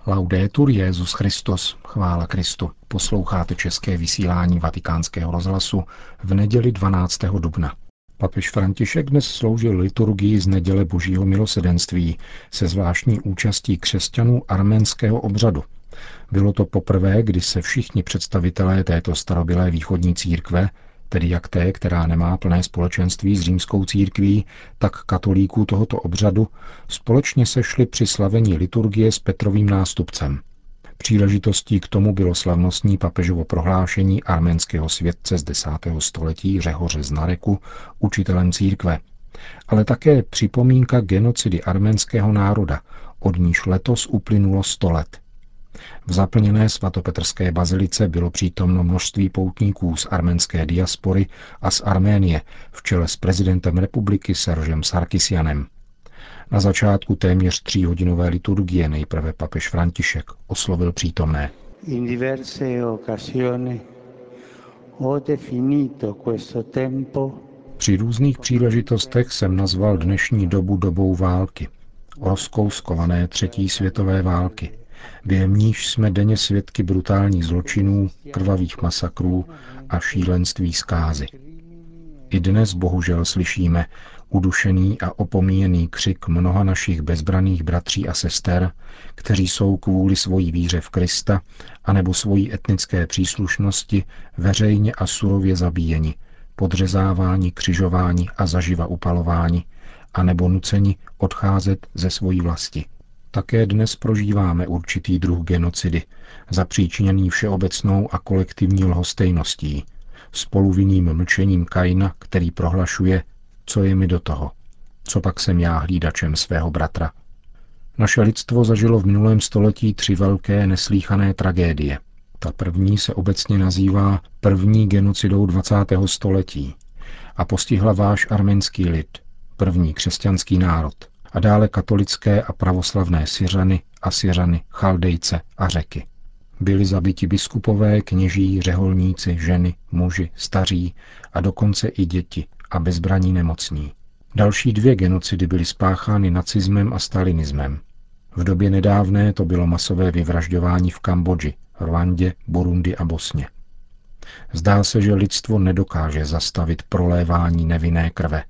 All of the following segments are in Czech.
Laudetur Jesus Christus, chvála Kristu. Posloucháte české vysílání Vatikánského rozhlasu v neděli 12. dubna. Papež František dnes sloužil liturgii z neděle Božího milosedenství se zvláštní účastí křesťanů arménského obřadu. Bylo to poprvé, kdy se všichni představitelé této starobylé východní církve, tedy jak té, která nemá plné společenství s římskou církví, tak katolíků tohoto obřadu, společně sešli při slavení liturgie s Petrovým nástupcem. Příležitostí k tomu bylo slavnostní papežovo prohlášení arménského světce z 10. století Řehoře z Nareku, učitelem církve, ale také připomínka genocidy arménského národa, od níž letos uplynulo 100 let. V zaplněné svatopetrské bazilice bylo přítomno množství poutníků z arménské diaspory a z Arménie v čele s prezidentem republiky Seržem Sarkisjanem. Na začátku téměř 3hodinové liturgie nejprve papež František oslovil přítomné. In diverse occasioni ho definito questo tempo. Při různých příležitostech jsem nazval dnešní dobu dobou války, rozkouskované 3. světové války, během níž jsme denně svědky brutálních zločinů, krvavých masakrů a šílenství zkázy. I dnes bohužel slyšíme udušený a opomíjený křik mnoha našich bezbranných bratří a sester, kteří jsou kvůli svojí víře v Krista anebo svojí etnické příslušnosti veřejně a surově zabíjeni, podřezáváni, křižováni a zaživa upalováni, anebo nuceni odcházet ze svojí vlasti. Také dnes prožíváme určitý druh genocidy, zapříčiněný všeobecnou a kolektivní lhostejností, spoluvinným mlčením Kaina, který prohlašuje, co je mi do toho, co pak jsem já hlídačem svého bratra. Naše lidstvo zažilo v minulém století 3 velké neslýchané tragédie. Ta první se obecně nazývá první genocidou 20. století a postihla váš arménský lid, první křesťanský národ, a dále katolické a pravoslavné Syřany, Asyřany, Chaldejce a Řeky. Byli zabiti biskupové, kněží, řeholníci, ženy, muži, staří a dokonce i děti a bezbraní nemocní. Další 2 genocidy byly spáchány nacismem a stalinismem. V době nedávné to bylo masové vyvražďování v Kambodži, Rwandě, Burundi a Bosně. Zdá se, že lidstvo nedokáže zastavit prolévání nevinné krve.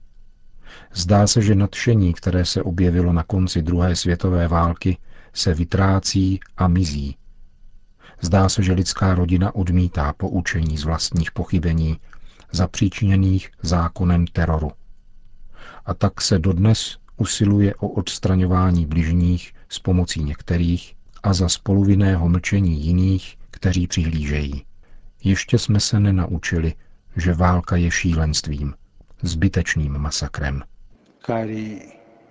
Zdá se, že nadšení, které se objevilo na konci 2. světové války, se vytrácí a mizí. Zdá se, že lidská rodina odmítá poučení z vlastních pochybení, zapříčiněných zákonem teroru. A tak se dodnes usiluje o odstraňování bližních s pomocí některých a za spoluvinného mlčení jiných, kteří přihlížejí. Ještě jsme se nenaučili, že válka je šílenstvím, zbytečným masakrem. Cari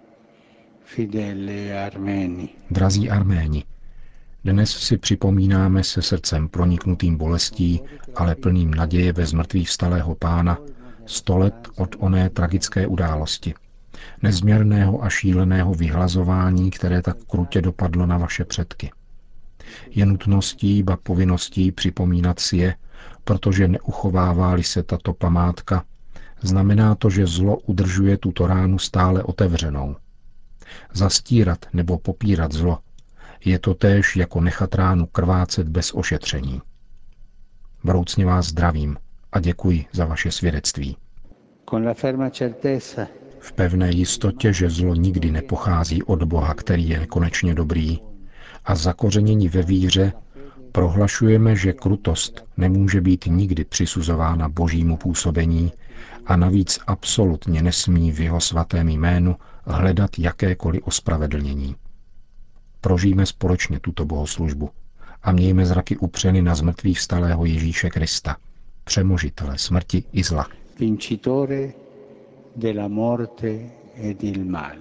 fideli arméni. Drazí Arméni, dnes si připomínáme se srdcem proniknutým bolestí, ale plným naděje ve zmrtvýchvstalého Pána 100 let od oné tragické události, nezměrného a šíleného vyhlazování, které tak krutě dopadlo na vaše předky. Je nutností, ba povinností připomínat si je, protože neuchovává-li se tato památka, znamená to, že zlo udržuje tuto ránu stále otevřenou. Zastírat nebo popírat zlo je to též jako nechat ránu krvácet bez ošetření. Vroucně vás zdravím a děkuji za vaše svědectví. V pevné jistotě, že zlo nikdy nepochází od Boha, který je nekonečně dobrý, a zakořeněni ve víře, prohlašujeme, že krutost nemůže být nikdy přisuzována Božímu působení a navíc absolutně nesmí v jeho svatém jménu hledat jakékoliv ospravedlnění. Prožijme společně tuto bohoslužbu a mějme zraky upřeny na zmrtvýchvstalého Ježíše Krista, přemožitele smrti i zla. Vincitore della morte e del male.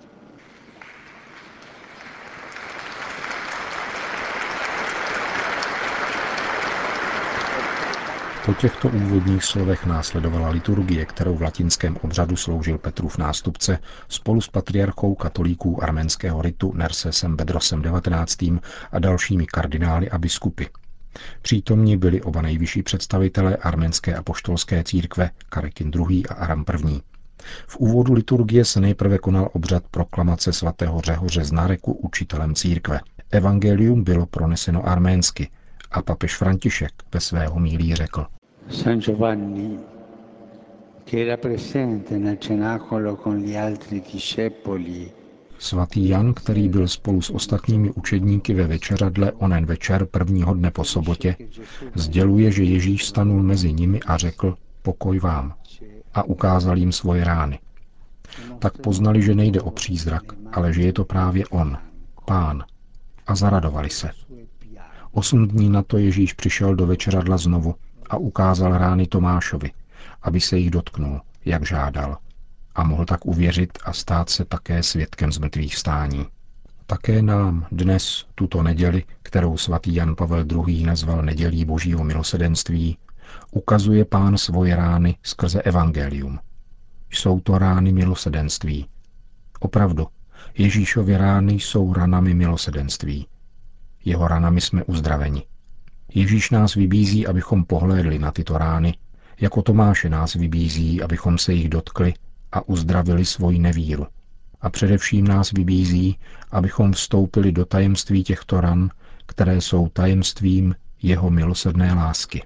Po těchto úvodních slovech následovala liturgie, kterou v latinském obřadu sloužil Petrův nástupce spolu s patriarchou katolíků arménského ritu Nersesem Bedrosem XIX. A dalšími kardinály a biskupy. Přítomni byli oba nejvyšší představitelé arménské apoštolské církve Karekin II. A Aram I. V úvodu liturgie se nejprve konal obřad proklamace svatého Řehoře z Nareku učitelem církve. Evangelium bylo proneseno arménsky a papež František ve své homílii řekl: San Giovanni, che era presente nel cenacolo con gli altri discepoli. Svatý Jan, který byl spolu s ostatními učedníky ve večeřadle onen večer prvního dne po sobotě, sděluje, že Ježíš stanul mezi nimi a řekl: pokoj vám, a ukázal jim svoje rány. Tak poznali, že nejde o přízrak, ale že je to právě on, Pán, a zaradovali se. 8 dní na to Ježíš přišel do večeřadla znovu a ukázal rány Tomášovi, aby se jich dotknul, jak žádal, a mohl tak uvěřit a stát se také svědkem zmrtvých vstání. Také nám dnes, tuto neděli, kterou svatý Jan Pavel II. Nazval nedělí Božího milosedenství, ukazuje Pán svoje rány skrze evangelium. Jsou to rány milosedenství. Opravdu, Ježíšovy rány jsou ranami milosedenství. Jeho ranami jsme uzdraveni. Ježíš nás vybízí, abychom pohlédli na tyto rány, jako Tomáše nás vybízí, abychom se jich dotkli a uzdravili svoji nevíru. A především nás vybízí, abychom vstoupili do tajemství těchto ran, které jsou tajemstvím jeho milosrdné lásky.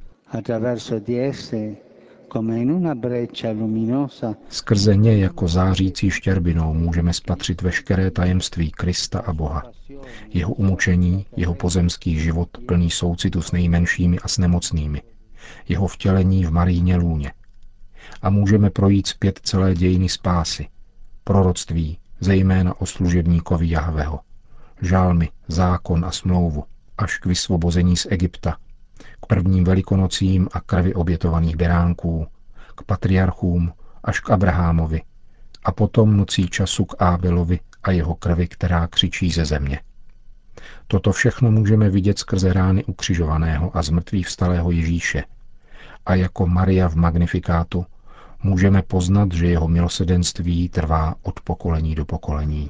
Skrze ně jako zářící štěrbinou můžeme spatřit veškeré tajemství Krista a Boha. Jeho umučení, jeho pozemský život plný soucitu s nejmenšími a s nemocnými, jeho vtělení v Maríně lůně. A můžeme projít zpět celé dějiny spásy, proroctví, zejména o služebníkovi Jahveho, žalmy, zákon a smlouvu, až k vysvobození z Egypta, k prvním velikonocím a krvi obětovaných beránků, k patriarchům až k Abrahamovi a potom nocí času k Ábelovi a jeho krvi, která křičí ze země. Toto všechno můžeme vidět skrze rány ukřižovaného a zmrtvých vstalého Ježíše a jako Maria v Magnifikátu můžeme poznat, že jeho milosedenství trvá od pokolení do pokolení.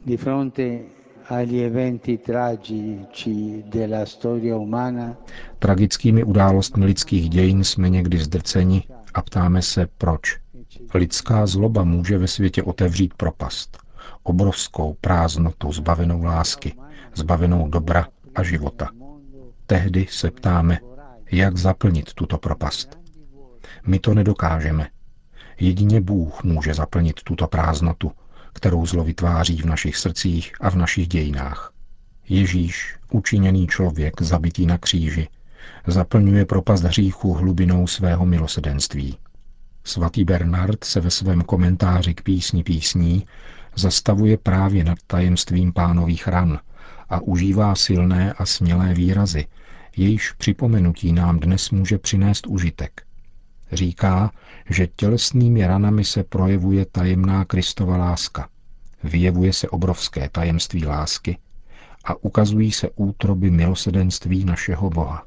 Tragickými událostmi lidských dějin jsme někdy zdrceni a ptáme se, proč. Lidská zloba může ve světě otevřít propast, obrovskou prázdnotu zbavenou lásky, zbavenou dobra a života. Tehdy se ptáme, jak zaplnit tuto propast. My to nedokážeme. Jedině Bůh může zaplnit tuto prázdnotu, kterou zlo vytváří v našich srdcích a v našich dějinách. Ježíš, učiněný člověk, zabitý na kříži, zaplňuje propast hříchu hlubinou svého milosedenství. Svatý Bernard se ve svém komentáři k písni písní zastavuje právě nad tajemstvím Pánových ran a užívá silné a smělé výrazy, jejichž připomenutí nám dnes může přinést užitek. Říká, že tělesnými ranami se projevuje tajemná Kristova láska, vyjevuje se obrovské tajemství lásky a ukazují se útroby milosedenství našeho Boha.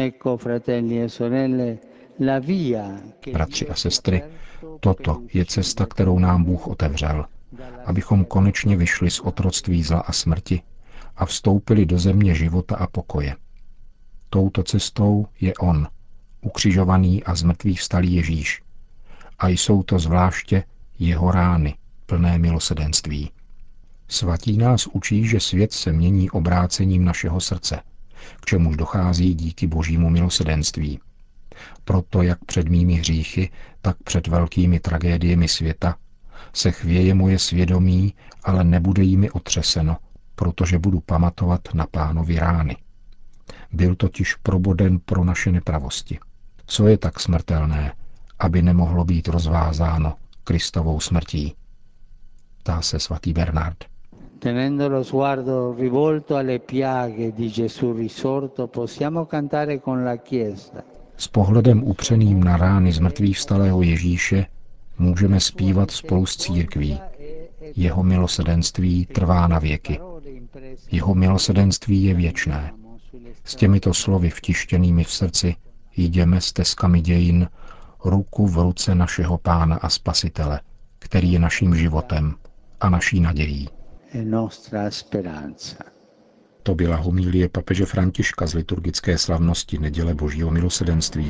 Bratři a sestry, toto je cesta, kterou nám Bůh otevřel, abychom konečně vyšli z otroctví zla a smrti a vstoupili do země života a pokoje. Touto cestou je on, ukřižovaný a zmrtvých vstalý Ježíš. A jsou to zvláště jeho rány, plné milosedenství. Svatí nás učí, že svět se mění obrácením našeho srdce, k čemuž dochází díky Božímu milosedenství. Proto jak před mými hříchy, tak před velkými tragédiemi světa se chvěje moje svědomí, ale nebude jimi otřeseno, protože budu pamatovat na Pánovy rány. Byl totiž proboden pro naše nepravosti. Co je tak smrtelné, aby nemohlo být rozvázáno Kristovou smrtí? Ptá se svatý Bernard. Tenendo lo sguardo rivolto alle piaghe di Gesù risorto, possiamo cantare con la Chiesa. S pohledem upřeným na rány zmrtvýchvstalého Ježíše můžeme zpívat spolu s církví. Jeho milosedenství trvá na věky. Jeho milosedenství je věčné. S těmito slovy vtištěnými v srdci jdeme stezkami dějin ruku v ruce našeho Pána a Spasitele, který je naším životem a naší nadějí. To byla homilie papeže Františka z liturgické slavnosti neděle Božího milosedenství.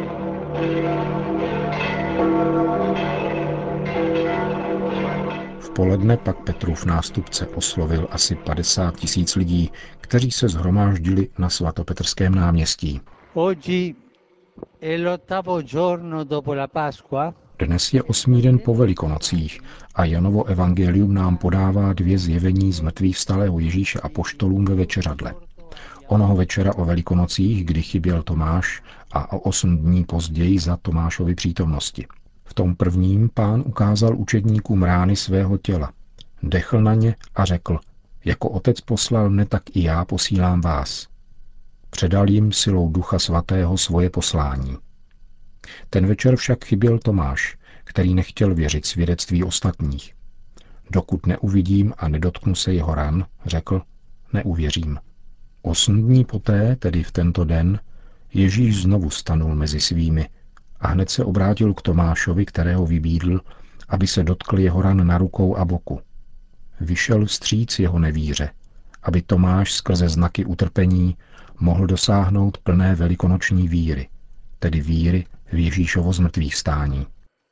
V V poledne pak Petrův nástupce oslovil asi 50 000 lidí, kteří se shromáždili na svatopetrském náměstí. Dnes je 8. den po Velikonocích a Janovo evangelium nám podává 2 zjevení zmrtvýchvstalého Ježíše apoštolům ve večeřadle. Onoho večera o Velikonocích, kdy chyběl Tomáš, a o 8 dní později za Tomášovy přítomnosti. V tom prvním Pán ukázal učedníkům rány svého těla. Dechl na ně a řekl: jako Otec poslal mne, tak i já posílám vás. Předal jim silou Ducha Svatého svoje poslání. Ten večer však chyběl Tomáš, který nechtěl věřit svědectví ostatních. Dokud neuvidím a nedotknu se jeho ran, řekl, neuvěřím. 8 dní poté, tedy v tento den, Ježíš znovu stanul mezi svými a hned se obrátil k Tomášovi, kterého vybídl, aby se dotkl jeho ran na rukou a boku. Vyšel vstříc jeho nevíře, aby Tomáš skrze znaky utrpení mohl dosáhnout plné velikonoční víry, tedy víry v Ježíšovo zmrtvýchvstání.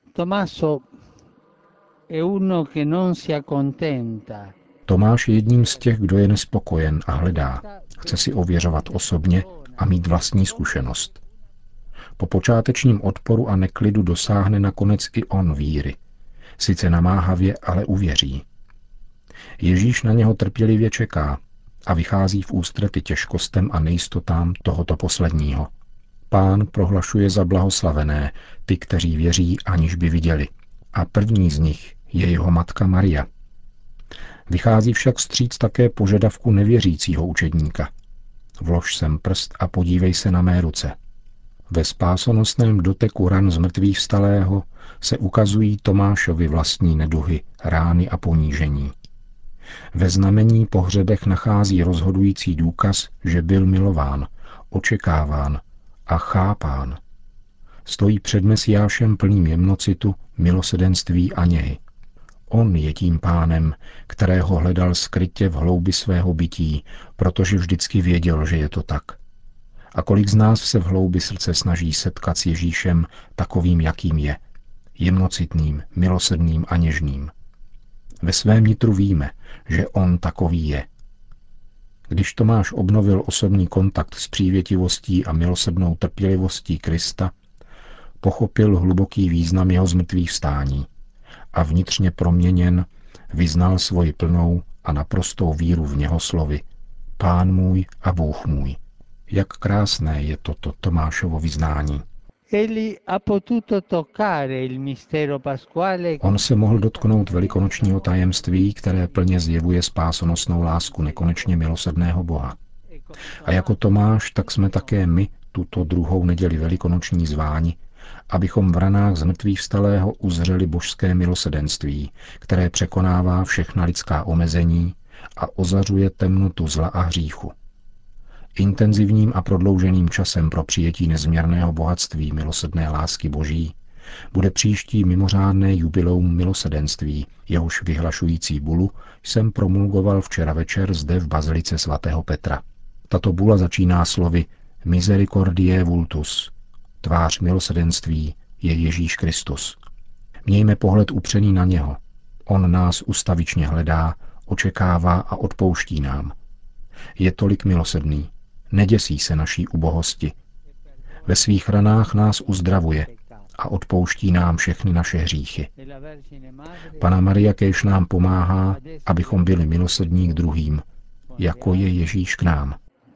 Tomáš je jedním z těch, kdo je nespokojen a hledá. Chce si ověřovat osobně a mít vlastní zkušenost. Po počátečním odporu a neklidu dosáhne nakonec i on víry. Sice namáhavě, ale uvěří. Ježíš na něho trpělivě čeká a vychází v ústrety těžkostem a nejistotám tohoto posledního. Pán prohlašuje za blahoslavené ty, kteří věří, aniž by viděli. A první z nich je jeho matka Maria. Vychází však vstříc také požadavku nevěřícího učedníka. Vlož sem prst a podívej se na mé ruce. Ve spásonosném doteku ran zmrtvýchvstalého se ukazují Tomášovi vlastní neduhy, rány a ponížení. Ve znamení po hřebech nachází rozhodující důkaz, že byl milován, očekáván a chápán. Stojí před Mesiášem plným jemnocitu, milosedenství a něhy. On je tím Pánem, kterého hledal skrytě v hloubi svého bytí, protože vždycky věděl, že je to tak. A kolik z nás se v hloubi srdce snaží setkat s Ježíšem takovým, jakým je. Jemnocitným, milosrdným a něžným. Ve svém nitru víme, že on takový je. Když Tomáš obnovil osobní kontakt s přívětivostí a milosrdnou trpělivostí Krista, pochopil hluboký význam jeho zmrtvýchvstání a vnitřně proměněn vyznal svoji plnou a naprostou víru v něho slovy: Pán můj a Bůh můj. Jak krásné je toto Tomášovo vyznání. On se mohl dotknout velikonočního tajemství, které plně zjevuje spásonosnou lásku nekonečně milosrdného Boha. A jako Tomáš, tak jsme také my tuto druhou neděli velikonoční zváni, abychom v ranách zmrtvýchvstalého uzřeli božské milosrdenství, které překonává všechna lidská omezení a ozařuje temnotu zla a hříchu. Intenzivním a prodlouženým časem pro přijetí nezměrného bohatství milosrdné lásky Boží bude příští mimořádné jubileum milosrdenství, jehož vyhlašující bulu jsem promulgoval včera večer zde v bazilice svatého Petra. Tato bula začíná slovy Misericordie vultus. Tvář milosrdenství je Ježíš Kristus. Mějme pohled upřený na něho. On nás ustavičně hledá, očekává a odpouští nám. Je tolik milosrdný. Neděsí se naší ubohosti. Ve svých ranách nás uzdravuje a odpouští nám všechny naše hříchy. Panna Maria kéž nám pomáhá, abychom byli milosrdní k druhým, jako je Ježíš k nám.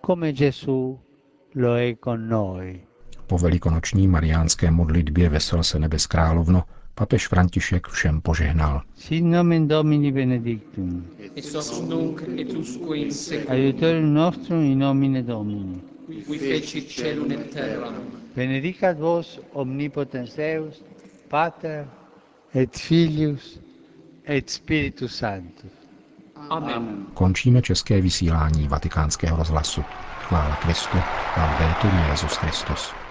Po velikonoční mariánské modlitbě Vesel se nebes královno papež František všem požehnal. Sit nomen Domini benedictum. Ex hoc nunc et usque in seculum. Aiutorium nostrum in nomine Domini. Qui fecit caelum et terram. Benedicat vos omnipotens Deus, Pater et Filius et Spiritus Sanctus. Amen. Končíme české vysílání Vatikánského rozhlasu. Chvála Kristu. Laudetur Jesus Christus.